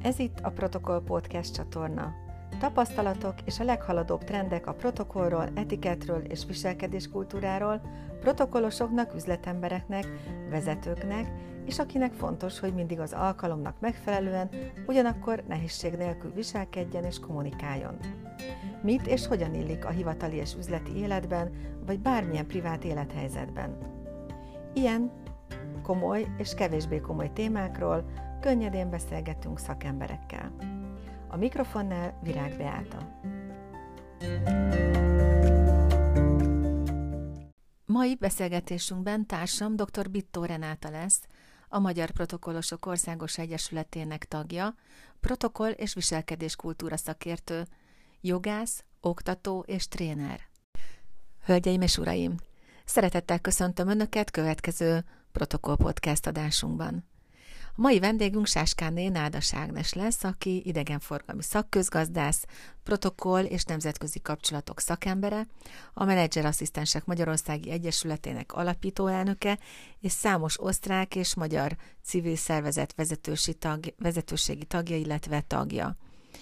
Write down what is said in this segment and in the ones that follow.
Ez itt a Protokoll Podcast csatorna. Tapasztalatok és a leghaladóbb trendek a protokollról, etikettről és viselkedéskultúráról, protokollosoknak, üzletembereknek, vezetőknek, és akinek fontos, hogy mindig az alkalomnak megfelelően, ugyanakkor nehézség nélkül viselkedjen és kommunikáljon. Mit és hogyan illik a hivatali és üzleti életben, vagy bármilyen privát élethelyzetben. Ilyen komoly és kevésbé komoly témákról könnyedén beszélgetünk szakemberekkel. A mikrofonnál Virág Beáta. Mai beszélgetésünkben társam dr. Bittó Renáta lesz, a Magyar Protokollosok Országos Egyesületének tagja, protokoll- és viselkedéskultúra szakértő, jogász, oktató és tréner. Hölgyeim és uraim! Szeretettel köszöntöm Önöket következő Protokoll Podcast adásunkban. A mai vendégünk Sáskánné Nádas Ágnes lesz, aki idegenforgalmi szakközgazdász, protokoll és nemzetközi kapcsolatok szakembere, a Menedzser Asszisztensek Magyarországi Egyesületének alapítóelnöke és számos osztrák és magyar civil szervezet vezetőségi tagja, illetve tagja.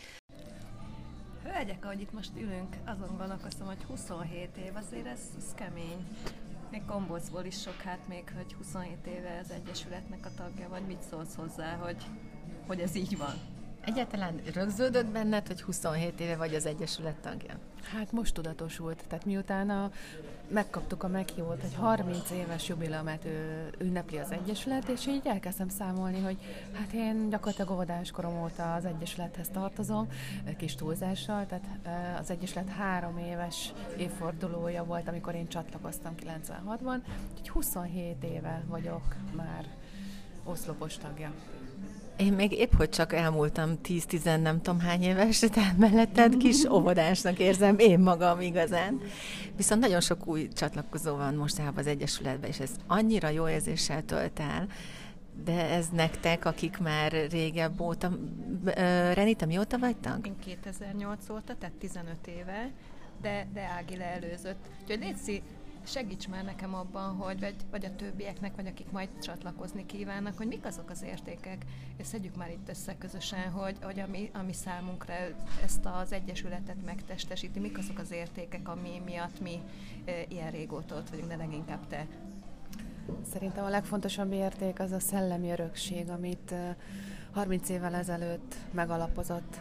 Hölgyek, ahogy itt most ülünk, azon gondolkoztam, hogy 27 év, azért ez kemény. Még Gombócból is sok, hát még, hogy 27 éve az Egyesületnek a tagja, vagy mit szólsz hozzá, hogy ez így van? Egyáltalán rögződött benned, hogy 27 éve vagy az Egyesület tagja? Hát most tudatosult, tehát miután megkaptuk a meghívót, hogy 30 éves jubileumát ünnepli az Egyesület, és így elkezdtem számolni, hogy hát én gyakorlatilag óvodáskorom óta az Egyesülethez tartozom, kis túlzással, tehát az Egyesület 3 éves évfordulója volt, amikor én csatlakoztam 96-ban, úgyhogy 27 éve vagyok már oszlopos tagja. Én még épp hogy csak elmúltam 10-10 nem tudom hány éves, tehát melletted kis óvodásnak érzem én magam igazán. Viszont nagyon sok új csatlakozó van mostanában az Egyesületben, és ez annyira jó érzéssel tölt el, de ez nektek, akik már régebb óta... Renita, mióta vagy tag? Én 2008 óta, tehát 15 éve, de Ági leelőzött. Úgyhogy Léci, segíts már nekem abban, hogy vagy a többieknek, vagy akik majd csatlakozni kívánnak, hogy mik azok az értékek, és szedjük már itt össze közösen, hogy ami számunkra ezt az Egyesületet megtestesíti, mik azok az értékek, ami miatt mi ilyen régóta ott vagyunk, de leginkább te. Szerintem a legfontosabb érték az a szellemi örökség, amit 30 évvel ezelőtt megalapozott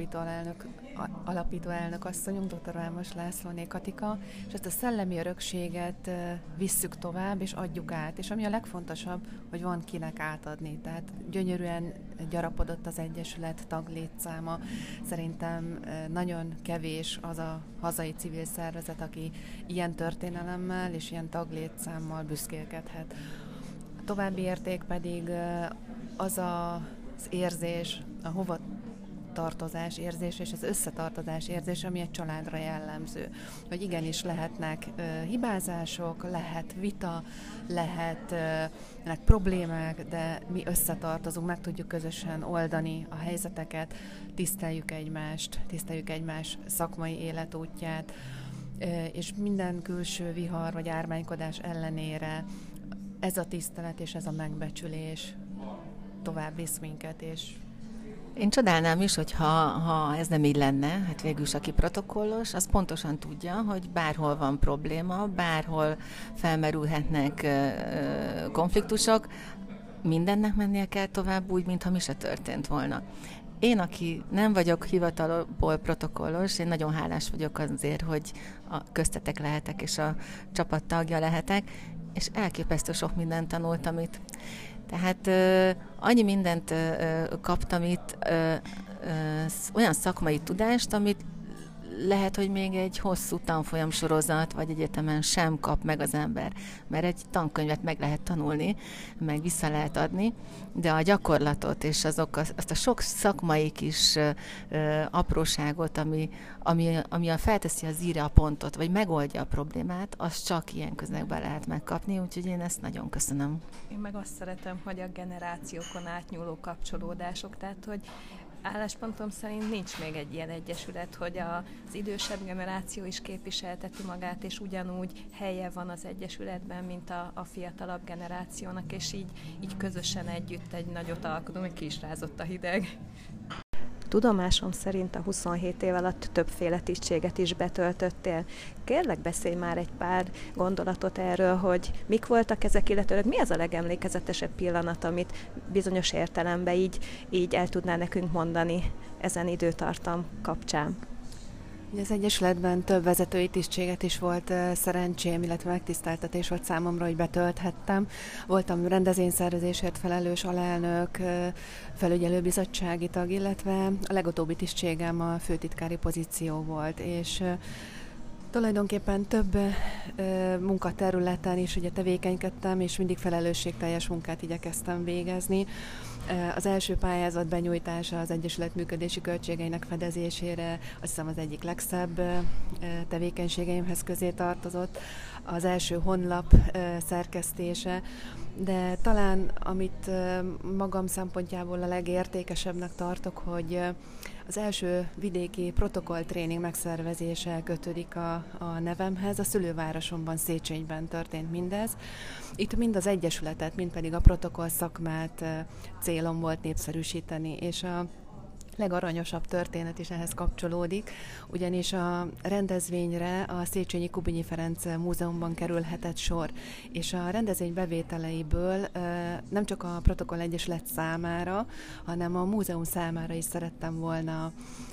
alapító elnök asszonyunk, dr. Vámos Lászlóné Katika, és ezt a szellemi örökséget visszük tovább, és adjuk át. És ami a legfontosabb, hogy van kinek átadni. Tehát gyönyörűen gyarapodott az Egyesület taglétszáma. Szerintem nagyon kevés az a hazai civil szervezet, aki ilyen történelemmel és ilyen taglétszámmal büszkélkedhet. A további érték pedig az az érzés, a hova tartozás érzés és az összetartozás érzés, ami egy családra jellemző. Hogy igenis lehetnek hibázások, lehet vita, lehetnek problémák, de mi összetartozunk, meg tudjuk közösen oldani a helyzeteket, tiszteljük egymás szakmai életútját, és minden külső vihar vagy ármánykodás ellenére ez a tisztelet és ez a megbecsülés tovább visz minket, és én csodálnám is, ha ez nem így lenne, hát végül is aki protokollos, az pontosan tudja, hogy bárhol van probléma, bárhol felmerülhetnek konfliktusok, mindennek mennie kell tovább úgy, mintha mi se történt volna. Én, aki nem vagyok hivatalból protokollos, én nagyon hálás vagyok azért, hogy köztetek lehetek, és a csapat tagja lehetek, és elképesztő sok mindent tanultam itt. Tehát annyi mindent kaptam itt, olyan szakmai tudást, amit lehet, hogy még egy hosszú tanfolyam sorozat, vagy egyetemen sem kap meg az ember. Mert egy tankönyvet meg lehet tanulni, meg vissza lehet adni, de a gyakorlatot és azt a sok szakmai kis apróságot, ami felteszi az íre a pontot, vagy megoldja a problémát, azt csak ilyen közegben lehet megkapni, úgyhogy én ezt nagyon köszönöm. Én meg azt szeretem, hogy a generációkon átnyúló kapcsolódások, tehát hogy álláspontom szerint nincs még egy ilyen egyesület, hogy az idősebb generáció is képviselteti magát, és ugyanúgy helye van az egyesületben, mint a fiatalabb generációnak, és így közösen együtt egy nagyot alkotunk, hogy ki is rázott a hideg. Tudomásom szerint a 27 év alatt többféle tisztséget is betöltöttél. Kérlek, beszélj már egy pár gondolatot erről, hogy mik voltak ezek, illetőleg mi az a legemlékezetesebb pillanat, amit bizonyos értelemben így el tudnál nekünk mondani ezen időtartam kapcsán. Az Egyesületben több vezetői tisztséget is volt szerencsém, illetve megtiszteltetés volt számomra, hogy betölthettem. Voltam rendezvényszervezésért felelős alelnök, felügyelőbizottsági tag, illetve a legutóbbi tisztségem a főtitkári pozíció volt, és tulajdonképpen több munkaterületen is ugye tevékenykedtem, és mindig felelősségteljes munkát igyekeztem végezni. Az első pályázat benyújtása az Egyesület működési költségeinek fedezésére azt hiszem az egyik legszebb tevékenységeimhez közé tartozott. Az első honlap szerkesztése, de talán amit magam szempontjából a legértékesebbnek tartok, hogy az első vidéki protokolltréning megszervezése kötődik a nevemhez. A szülővárosomban, Széchenyben történt mindez. Itt mind az Egyesületet, mind pedig a protokoll szakmát célom volt népszerűsíteni, és a legaranyosabb történet is ehhez kapcsolódik, ugyanis a rendezvényre a Széchenyi Kubinyi Ferenc Múzeumban kerülhetett sor, és a rendezvény bevételeiből nem csak a Protokoll Egyesület számára, hanem a múzeum számára is szerettem volna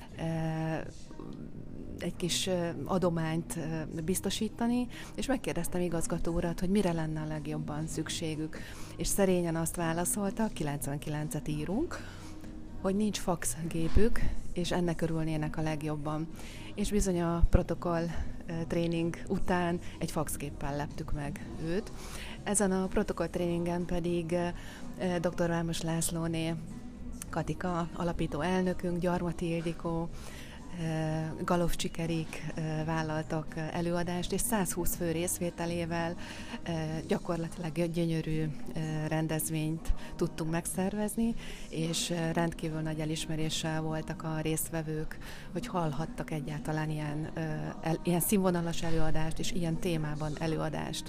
egy kis adományt biztosítani, és megkérdeztem igazgató urat, hogy mire lenne a legjobban szükségük. És szerényen azt válaszolta, 99-et írunk, hogy nincs faxgépük, és ennek örülnének a legjobban. És bizony a protokoll tréning után egy faxgéppel leptük meg őt. Ezen a protokoll tréningen pedig dr. Vámos Lászlóné Katika alapító elnökünk, Gyarmati Ildikó, Galof Csikerik vállaltak előadást, és 120 fő részvételével gyakorlatilag gyönyörű rendezvényt tudtunk megszervezni, és rendkívül nagy elismeréssel voltak a résztvevők, hogy hallhattak egyáltalán ilyen színvonalas előadást, és ilyen témában előadást.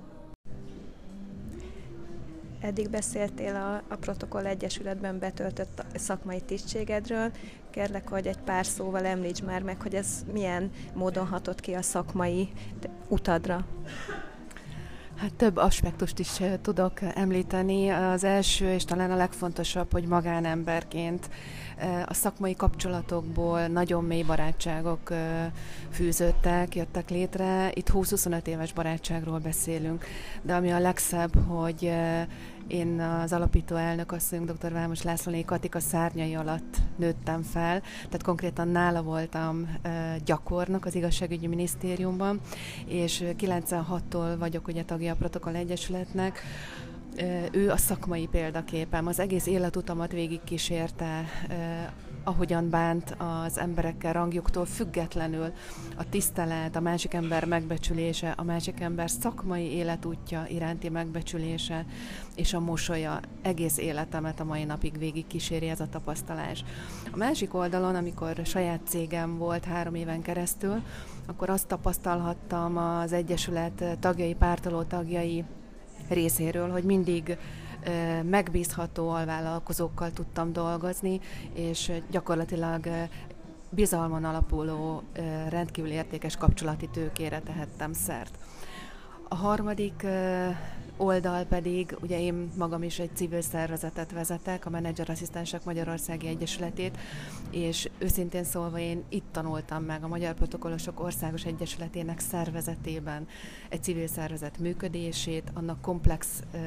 Eddig beszéltél a Protokoll Egyesületben betöltött szakmai tisztségedről. Kérlek, hogy egy pár szóval említs már meg, hogy ez milyen módon hatott ki a szakmai utadra. Hát több aspektust is tudok említeni. Az első, és talán a legfontosabb, hogy magánemberként a szakmai kapcsolatokból nagyon mély barátságok fűződtek, jöttek létre. Itt 20-25 éves barátságról beszélünk, de ami a legszebb, hogy én az alapító elnök asszonyunk, dr. Vámos Lászlóné Katika szárnyai alatt nőttem fel, tehát konkrétan nála voltam gyakornok az Igazságügyi Minisztériumban, és 96-tól vagyok ugye tagja a Protokoll Egyesületnek. Ő a szakmai példaképem, az egész életutamat végigkísérte, ahogyan bánt az emberekkel rangjuktól függetlenül, a tisztelet, a másik ember megbecsülése, a másik ember szakmai életútja iránti megbecsülése, és a mosolya egész életemet a mai napig végigkíséri ez a tapasztalás. A másik oldalon, amikor saját cégem volt 3 éven keresztül, akkor azt tapasztalhattam az Egyesület tagjai, pártoló tagjai részéről, hogy mindig megbízható alvállalkozókkal tudtam dolgozni, és gyakorlatilag bizalmon alapuló, rendkívül értékes kapcsolati tőkére tehettem szert. A harmadik oldal pedig, ugye én magam is egy civil szervezetet vezetek, a Menedzserasszisztensek Magyarországi Egyesületét, és őszintén szólva én itt tanultam meg a Magyar Protokollosok Országos Egyesületének szervezetében egy civil szervezet működését, annak komplex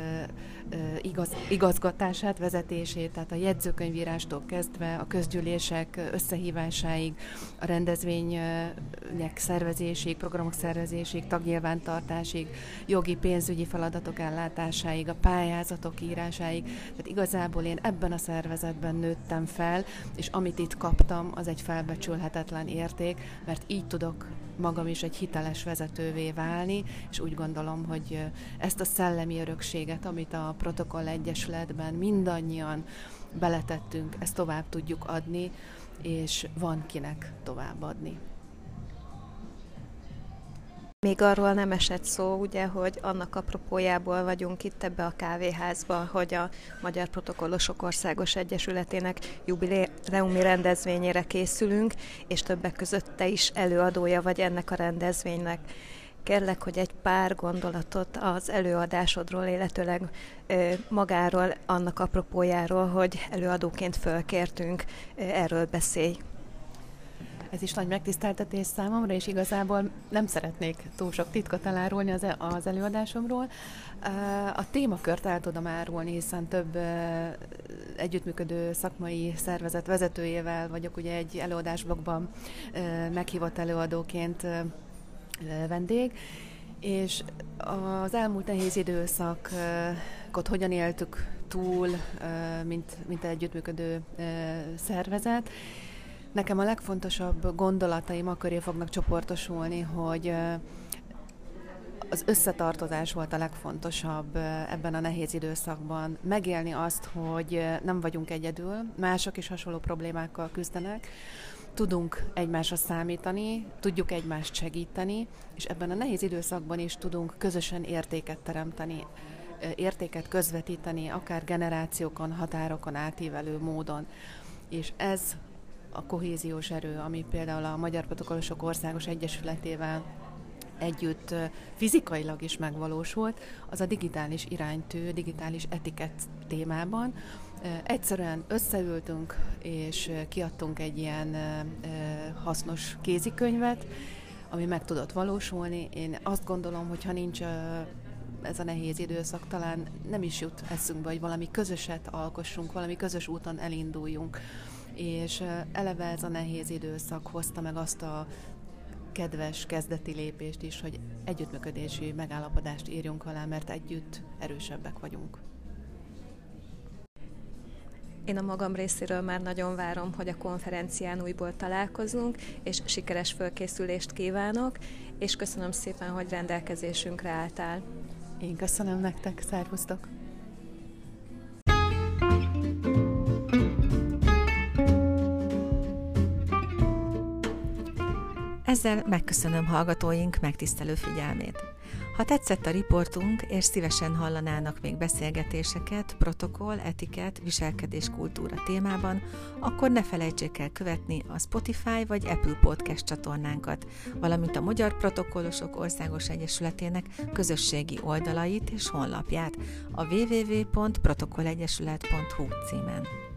igazgatását, vezetését, tehát a jegyzőkönyvírástól kezdve a közgyűlések összehívásáig, a rendezvények szervezésig, programok szervezésig, tagnyilvántartásig, jogi, pénzügyi feladatok ellátásáig, a pályázatok írásáig. Tehát igazából én ebben a szervezetben nőttem fel, és amit itt kaptam, az egy felbecsülhetetlen érték, mert így tudok magam is egy hiteles vezetővé válni, és úgy gondolom, hogy ezt a szellemi örökséget, amit a Protokoll Egyesületben mindannyian beletettünk, ezt tovább tudjuk adni, és van kinek továbbadni. Még arról nem esett szó, ugye, hogy annak apropójából vagyunk itt ebbe a kávéházba, hogy a Magyar Protokollosok Országos Egyesületének jubileumi rendezvényére készülünk, és többek között te is előadója vagy ennek a rendezvénynek. Kérlek, hogy egy pár gondolatot az előadásodról, illetőleg magáról, annak apropójáról, hogy előadóként fölkértünk, erről beszélj. Ez is nagy megtiszteltetés számomra, és igazából nem szeretnék túl sok titkot elárulni az előadásomról. A témakört el tudom árulni, hiszen több együttműködő szakmai szervezet vezetőjével vagyok ugye egy előadásblogban meghívott előadóként vendég, és az elmúlt nehéz időszakot hogyan éltük túl, mint együttműködő szervezet. Nekem a legfontosabb gondolataim akköré fognak csoportosulni, hogy az összetartozás volt a legfontosabb ebben a nehéz időszakban. Megélni azt, hogy nem vagyunk egyedül, mások is hasonló problémákkal küzdenek, tudunk egymásra számítani, tudjuk egymást segíteni, és ebben a nehéz időszakban is tudunk közösen értéket teremteni, értéket közvetíteni, akár generációkon, határokon átívelő módon. És ez a kohéziós erő, ami például a Magyar Protokollosok Országos Egyesületével együtt fizikailag is megvalósult, az a digitális iránytű, digitális etikett témában. Egyszerűen összeültünk, és kiadtunk egy ilyen hasznos kézikönyvet, ami meg tudott valósulni. Én azt gondolom, hogy ha nincs ez a nehéz időszak, talán nem is jut eszünkbe, hogy valami közöset alkossunk, valami közös úton elinduljunk. És eleve ez a nehéz időszak hozta meg azt a kedves kezdeti lépést is, hogy együttműködési megállapodást írjunk alá, mert együtt erősebbek vagyunk. Én a magam részéről már nagyon várom, hogy a konferencián újból találkozunk, és sikeres fölkészülést kívánok, és köszönöm szépen, hogy rendelkezésünkre álltál. Én köszönöm nektek, szervusztok! Ezzel megköszönöm hallgatóink megtisztelő figyelmét. Ha tetszett a riportunk, és szívesen hallanának még beszélgetéseket, protokoll, etikett, viselkedéskultúra témában, akkor ne felejtsék el követni a Spotify vagy Apple Podcast csatornánkat, valamint a Magyar Protokollosok Országos Egyesületének közösségi oldalait és honlapját a www.protokollegyesület.hu címen.